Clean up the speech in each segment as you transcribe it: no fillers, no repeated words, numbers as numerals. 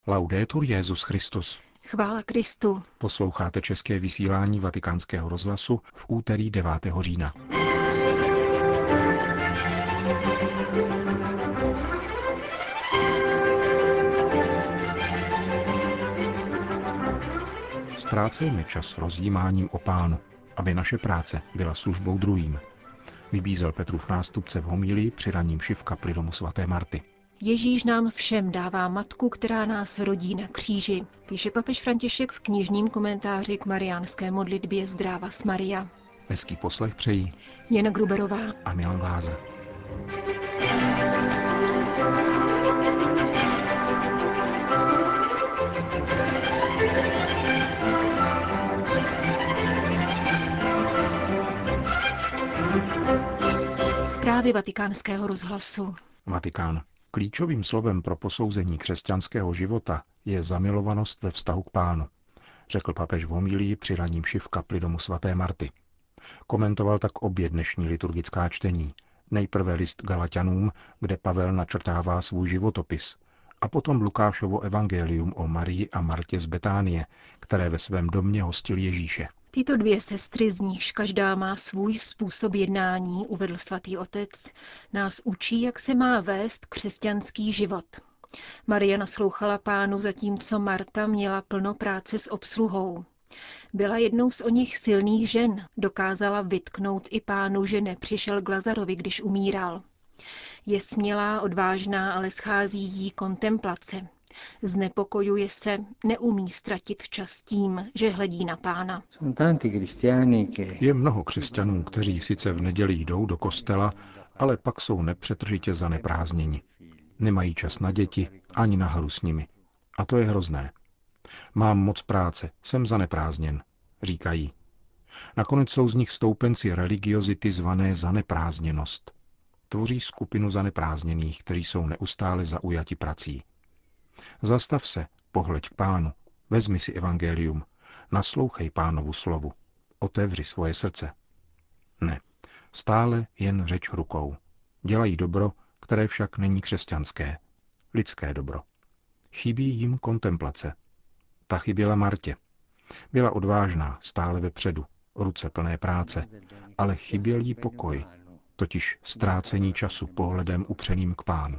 Laudetur Jesus Christus. Chvála Kristu. Posloucháte české vysílání Vatikánského rozhlasu v úterý 9. října. Ztrácejme čas rozjímáním o Pánu, aby naše práce byla službou druhým, vybízel Petrův nástupce v homílii při raním mši v kapli domu svaté Marty. Ježíš nám všem dává matku, která nás rodí na kříži, píše papež František v knižním komentáři k mariánské modlitbě Zdravas Maria. Hezký poslech přejí Jana Gruberová a Milan Glázer. Zprávy Vatikánského rozhlasu. Vatikán. Klíčovým slovem pro posouzení křesťanského života je zamilovanost ve vztahu k Pánu, řekl papež v homílii při raní mši v kapli domu svaté Marty. Komentoval tak obě dnešní liturgická čtení. Nejprve list Galaťanům, kde Pavel načrtává svůj životopis, a potom Lukášovo evangelium o Marii a Martě z Betánie, které ve svém domě hostil Ježíše. Tyto dvě sestry, z nichž každá má svůj způsob jednání, uvedl svatý otec, nás učí, jak se má vést křesťanský život. Maria naslouchala Pánu, zatímco Marta měla plno práce s obsluhou. Byla jednou z oněch silných žen, dokázala vytknout i Pánu, že nepřišel k Lazarovi, když umíral. Je smělá, odvážná, ale schází jí kontemplace. Znepokojuje se, neumí ztratit čas tím, že hledí na Pána. Je mnoho křesťanů, kteří sice v neděli jdou do kostela, ale pak jsou nepřetržitě zaneprázdněni. Nemají čas na děti, ani na hru s nimi. A to je hrozné. Mám moc práce, jsem zaneprázdněn, říkají. Nakonec jsou z nich stoupenci religiozity zvané zaneprázdněnost. Tvoří skupinu zaneprázdněných, kteří jsou neustále zaujati prací. Zastav se, pohleď k Pánu, vezmi si evangelium, naslouchej Pánovu slovu, otevři svoje srdce. Ne, stále jen řeč rukou. Dělají dobro, které však není křesťanské, lidské dobro. Chybí jim kontemplace. Ta chyběla Martě. Byla odvážná, stále vepředu, ruce plné práce, ale chyběl jí pokoj, totiž ztrácení času pohledem upřeným k Pánu.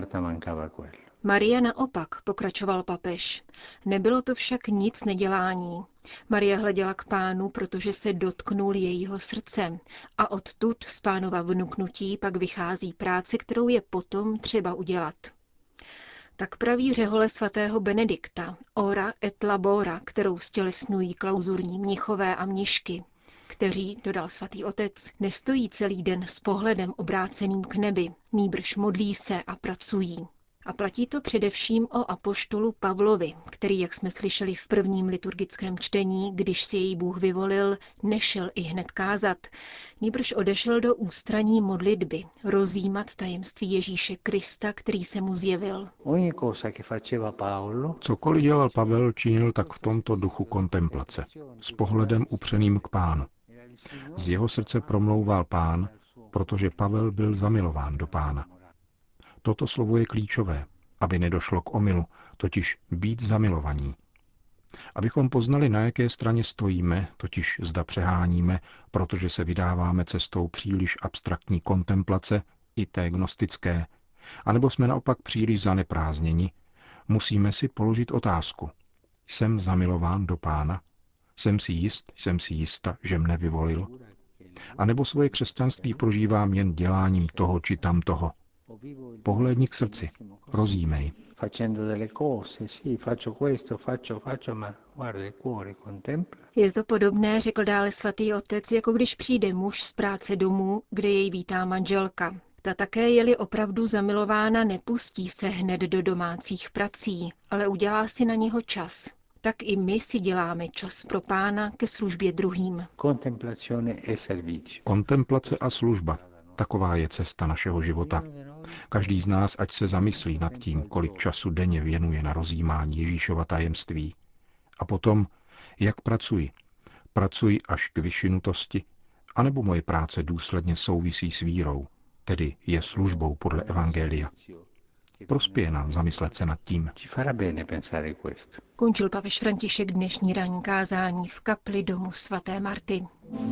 Maria naopak, pokračoval papež. Nebylo to však nic nedělání. Maria hleděla k Pánu, protože se dotknul jejího srdce a odtud z Pánova vnuknutí pak vychází práce, kterou je potom třeba udělat. Tak praví řehole svatého Benedikta, ora et labora, kterou stělesňují klauzurní mnichové a mnišky, kteří, dodal svatý otec, nestojí celý den s pohledem obráceným k nebi, nýbrž modlí se a pracují. A platí to především o apoštolu Pavlovi, který, jak jsme slyšeli v prvním liturgickém čtení, když si jej Bůh vyvolil, nešel i hned kázat, nýbrž odešel do ústraní modlitby, rozjímat tajemství Ježíše Krista, který se mu zjevil. Cokoliv dělal Pavel, činil tak v tomto duchu kontemplace, s pohledem upřeným k Pánu. Z jeho srdce promlouval Pán, protože Pavel byl zamilován do Pána. Toto slovo je klíčové, aby nedošlo k omylu, totiž být zamilovaní. Abychom poznali, na jaké straně stojíme, totiž zda přeháníme, protože se vydáváme cestou příliš abstraktní kontemplace, i té gnostické, anebo jsme naopak příliš zaneprázdněni, musíme si položit otázku. Jsem zamilován do Pána? Jsem si jista, že mne vyvolil? A nebo svoje křesťanství prožívám jen děláním toho či tamtoho? Pohlédni k srdci, rozjímej. Je to podobné, řekl dále svatý otec, jako když přijde muž z práce domů, kde jej vítá manželka. Ta také, je-li opravdu zamilována, nepustí se hned do domácích prací, ale udělá si na něho čas. Tak i my si děláme čas pro Pána ke službě druhým. Kontemplace a služba. Taková je cesta našeho života. Každý z nás ať se zamyslí nad tím, kolik času denně věnuje na rozjímání Ježíšova tajemství. A potom, jak pracuji. Pracuji až k vyšinutosti, anebo moje práce důsledně souvisí s vírou, tedy je službou podle evangelia. Prospěje nám zamyslet se nad tím. Končil papež František dnešní ranní kázání v kapli domu svaté Marty.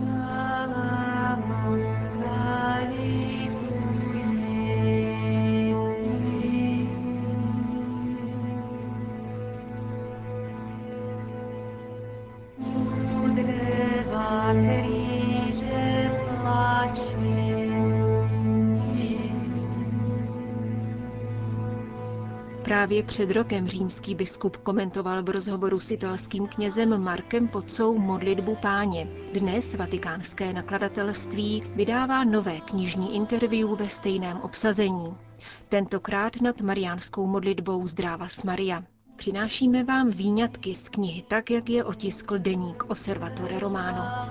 Právě před rokem římský biskup komentoval v rozhovoru s italským knězem Markem Poccou modlitbu Páně. Dnes vatikánské nakladatelství vydává nové knižní interview ve stejném obsazení. Tentokrát nad mariánskou modlitbou Zdravas Maria. Přinášíme vám výňatky z knihy tak, jak je otiskl deník Osservatore Romano.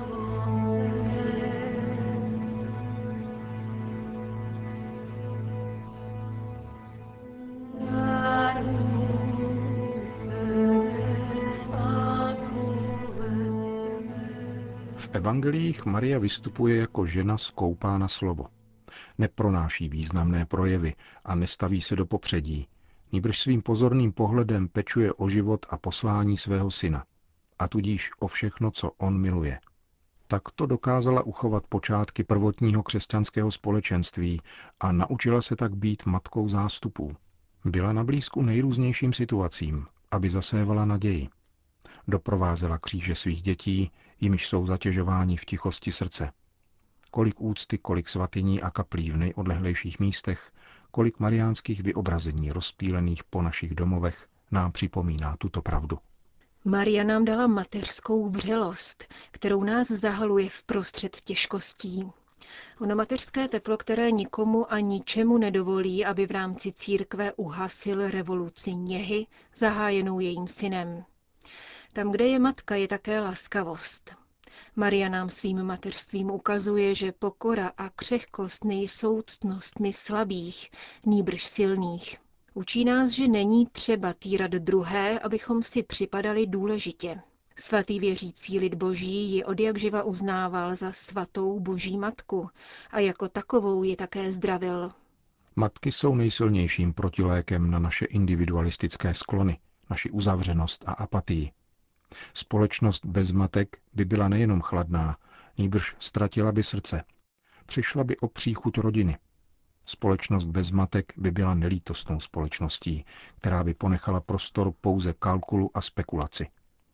V evangelích Maria vystupuje jako žena skoupá na slovo. Nepronáší významné projevy a nestaví se do popředí, nýbrž svým pozorným pohledem pečuje o život a poslání svého syna, a tudíž o všechno, co on miluje. Takto dokázala uchovat počátky prvotního křesťanského společenství a naučila se tak být matkou zástupů. Byla na blízku nejrůznějším situacím, aby zasévala naději. Doprovázela kříže svých dětí, jimiž jsou zatěžováni v tichosti srdce. Kolik úcty, kolik svatyní a kaplí v nejodlehlejších místech, kolik mariánských vyobrazení rozptýlených po našich domovech nám připomíná tuto pravdu. Maria nám dala mateřskou vřelost, kterou nás zahaluje v prostřed těžkostí. Ono mateřské teplo, které nikomu a ničemu nedovolí, aby v rámci církve uhasil revoluci něhy, zahájenou jejím synem. Tam, kde je matka, je také laskavost. Maria nám svým mateřstvím ukazuje, že pokora a křehkost nejsou ctnostmi slabých, nýbrž silných. Učí nás, že není třeba týrat druhé, abychom si připadali důležitě. Svatý věřící lid boží ji odjakživa uznával za svatou boží matku a jako takovou ji také zdravil. Matky jsou nejsilnějším protilékem na naše individualistické sklony, naši uzavřenost a apatii. Společnost bez matek by byla nejenom chladná, nýbrž ztratila by srdce. Přišla by o příchuť rodiny. Společnost bez matek by byla nelítostnou společností, která by ponechala prostor pouze kalkulu a spekulaci.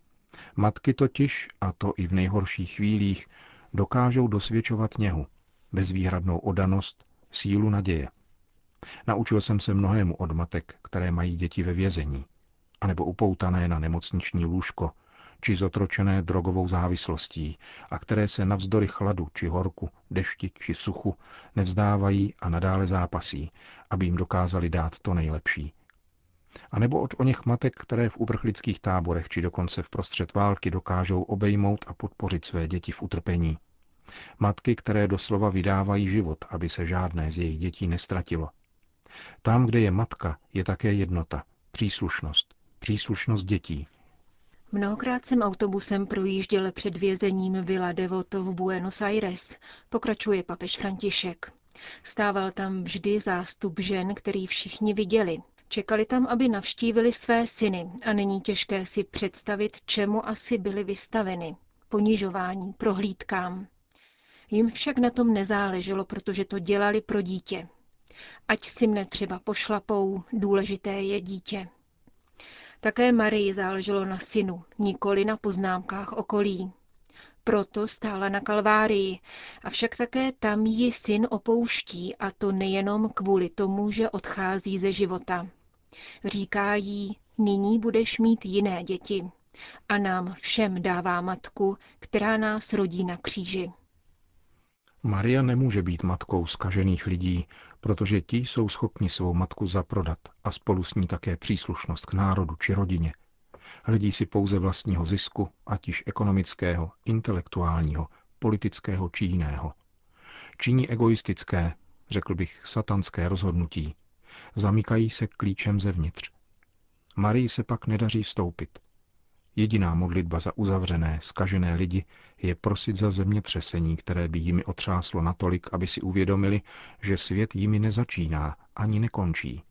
Matky totiž, a to i v nejhorších chvílích, dokážou dosvědčovat něhu, bezvýhradnou oddanost, sílu naděje. Naučil jsem se mnohému od matek, které mají děti ve vězení, anebo upoutané na nemocniční lůžko, či zotročené drogovou závislostí a které se navzdory chladu či horku, dešti či suchu nevzdávají a nadále zápasí, aby jim dokázali dát to nejlepší. A nebo od oněch matek, které v uprchlických táborech či dokonce v prostřed války dokážou obejmout a podpořit své děti v utrpení. Matky, které doslova vydávají život, aby se žádné z jejich dětí nestratilo. Tam, kde je matka, je také jednota, příslušnost dětí. Mnohokrát jsem autobusem projížděl před vězením Villa Devoto v Buenos Aires, pokračuje papež František. Stával tam vždy zástup žen, který všichni viděli. Čekali tam, aby navštívili své syny a není těžké si představit, čemu asi byly vystaveny. Ponižování, prohlídkám. Jim však na tom nezáleželo, protože to dělali pro dítě. Ať si mne třeba pošlapou, důležité je dítě. Také Marii záleželo na synu, nikoli na poznámkách okolí. Proto stála na Kalvárii, avšak také tam ji syn opouští, a to nejenom kvůli tomu, že odchází ze života. Říká jí, nyní budeš mít jiné děti. A nám všem dává matku, která nás rodí na kříži. Maria nemůže být matkou zkažených lidí, protože ti jsou schopni svou matku zaprodat a spolu s ní také příslušnost k národu či rodině. Hledí si pouze vlastního zisku, ať již ekonomického, intelektuálního, politického či jiného. Činí egoistické, řekl bych satanské rozhodnutí. Zamykají se klíčem zevnitř. Marii se pak nedaří vstoupit. Jediná modlitba za uzavřené, zkažené lidi je prosit za zemětřesení, které by jimi otřáslo natolik, aby si uvědomili, že svět jimi nezačíná ani nekončí.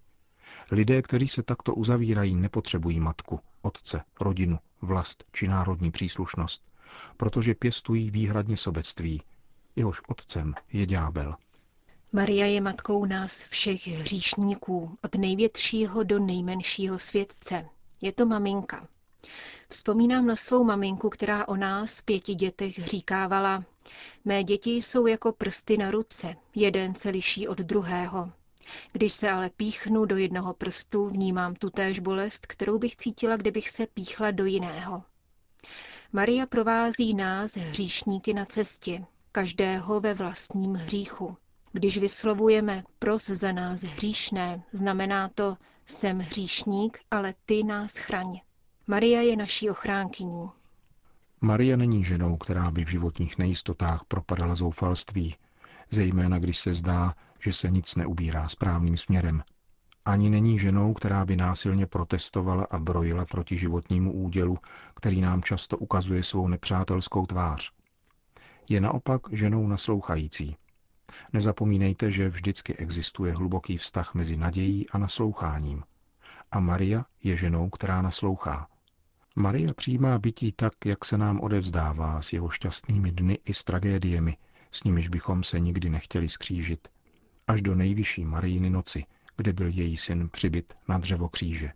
Lidé, kteří se takto uzavírají, nepotřebují matku, otce, rodinu, vlast či národní příslušnost, protože pěstují výhradně sobectví. Jehož otcem je ďábel. Maria je matkou nás všech hříšníků, od největšího do nejmenšího světce. Je to maminka. Vzpomínám na svou maminku, která o nás 5 dětech říkávala: mé děti jsou jako prsty na ruce, jeden se liší od druhého. Když se ale píchnu do jednoho prstu, vnímám tutéž bolest, kterou bych cítila, kdybych se píchla do jiného. Maria provází nás, hříšníky, na cestě, každého ve vlastním hříchu. Když vyslovujeme pros za nás hříšné, znamená to: jsem hříšník, ale ty nás chraň. Maria je naší ochránkyní. Maria není ženou, která by v životních nejistotách propadala zoufalství, zejména když se zdá, že se nic neubírá správným směrem. Ani není ženou, která by násilně protestovala a brojila proti životnímu údělu, který nám často ukazuje svou nepřátelskou tvář. Je naopak ženou naslouchající. Nezapomínejte, že vždycky existuje hluboký vztah mezi nadějí a nasloucháním. A Maria je ženou, která naslouchá. Maria přijímá bytí tak, jak se nám odevzdává, s jeho šťastnými dny i s tragédiemi, s nimiž bychom se nikdy nechtěli skřížit, až do nejvyšší Marijiny noci, kde byl její syn přibyt na dřevo kříže.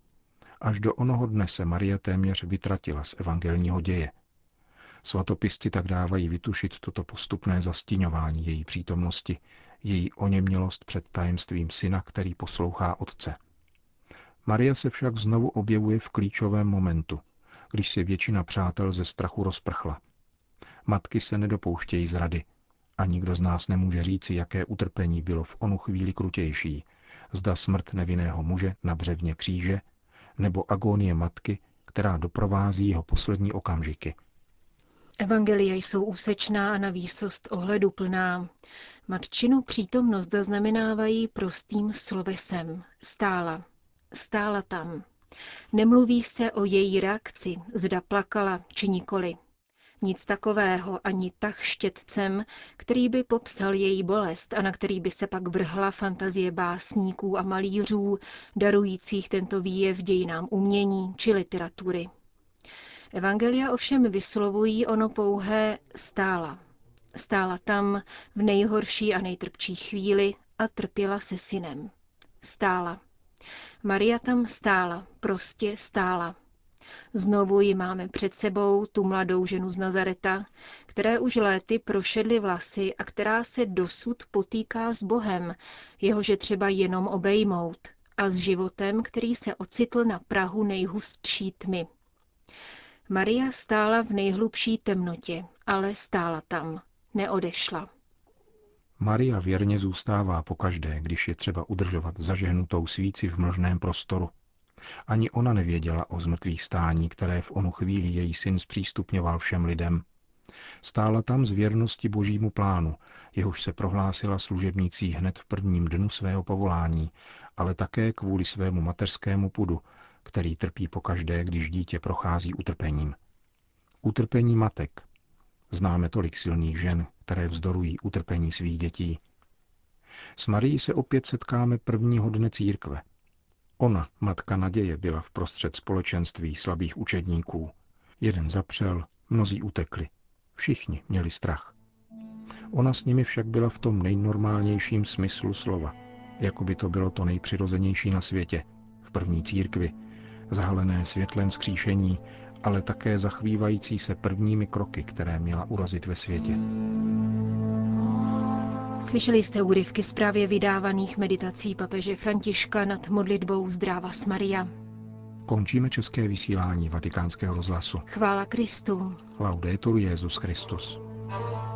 Až do onoho dne se Maria téměř vytratila z evangelního děje. Svatopisci tak dávají vytušit toto postupné zastíňování její přítomnosti, její oněmělost před tajemstvím syna, který poslouchá otce. Maria se však znovu objevuje v klíčovém momentu, když se většina přátel ze strachu rozprchla. Matky se nedopouštějí zrady a nikdo z nás nemůže říci, jaké utrpení bylo v onu chvíli krutější, zda smrt nevinného muže na břevně kříže, nebo agónie matky, která doprovází jeho poslední okamžiky. Evangelia jsou úsečná a na výsost ohleduplná. Matčinu přítomnost zaznamenávají prostým slovesem: stála. Stála tam. Nemluví se o její reakci, zda plakala či nikoli. Nic takového, ani tah štětcem, který by popsal její bolest a na který by se pak vrhla fantazie básníků a malířů, darujících tento výjev dějinám umění či literatury. Evangelia ovšem vyslovují ono pouhé stála. Stála tam v nejhorší a nejtrpčí chvíli a trpěla se synem. Stála. Maria tam stála, prostě stála. Znovu ji máme před sebou, tu mladou ženu z Nazareta, které už léty prošedly vlasy a která se dosud potýká s Bohem, jehož je třeba jenom obejmout, a s životem, který se ocitl na prahu nejhustší tmy. Maria stála v nejhlubší temnotě, ale stála tam, neodešla. Maria věrně zůstává pokaždé, když je třeba udržovat zažehnutou svíci v mlžném prostoru. Ani ona nevěděla o zmrtvých stání, které v onu chvíli její syn zpřístupňoval všem lidem. Stála tam z věrnosti božímu plánu, jehož se prohlásila služebnicí hned v prvním dnu svého povolání, ale také kvůli svému mateřskému pudu, který trpí pokaždé, když dítě prochází utrpením. Utrpení matek. Známe tolik silných žen, které vzdorují utrpení svých dětí. S Marií se opět setkáme prvního dne církve. Ona, matka naděje, byla v prostřed společenství slabých učedníků. Jeden zapřel, mnozí utekli. Všichni měli strach. Ona s nimi však byla v tom nejnormálnějším smyslu slova, jako by to bylo to nejpřirozenější na světě, v první církvi, zahalené světlem vzkříšení, ale také zachvívající se prvními kroky, které měla urazit ve světě. Slyšeli jste úryvky z právě vydávaných meditací papeže Františka nad modlitbou Zdravas Maria. Končíme české vysílání Vatikánského rozhlasu. Chvála Kristu. Laudetur Jesus Christus.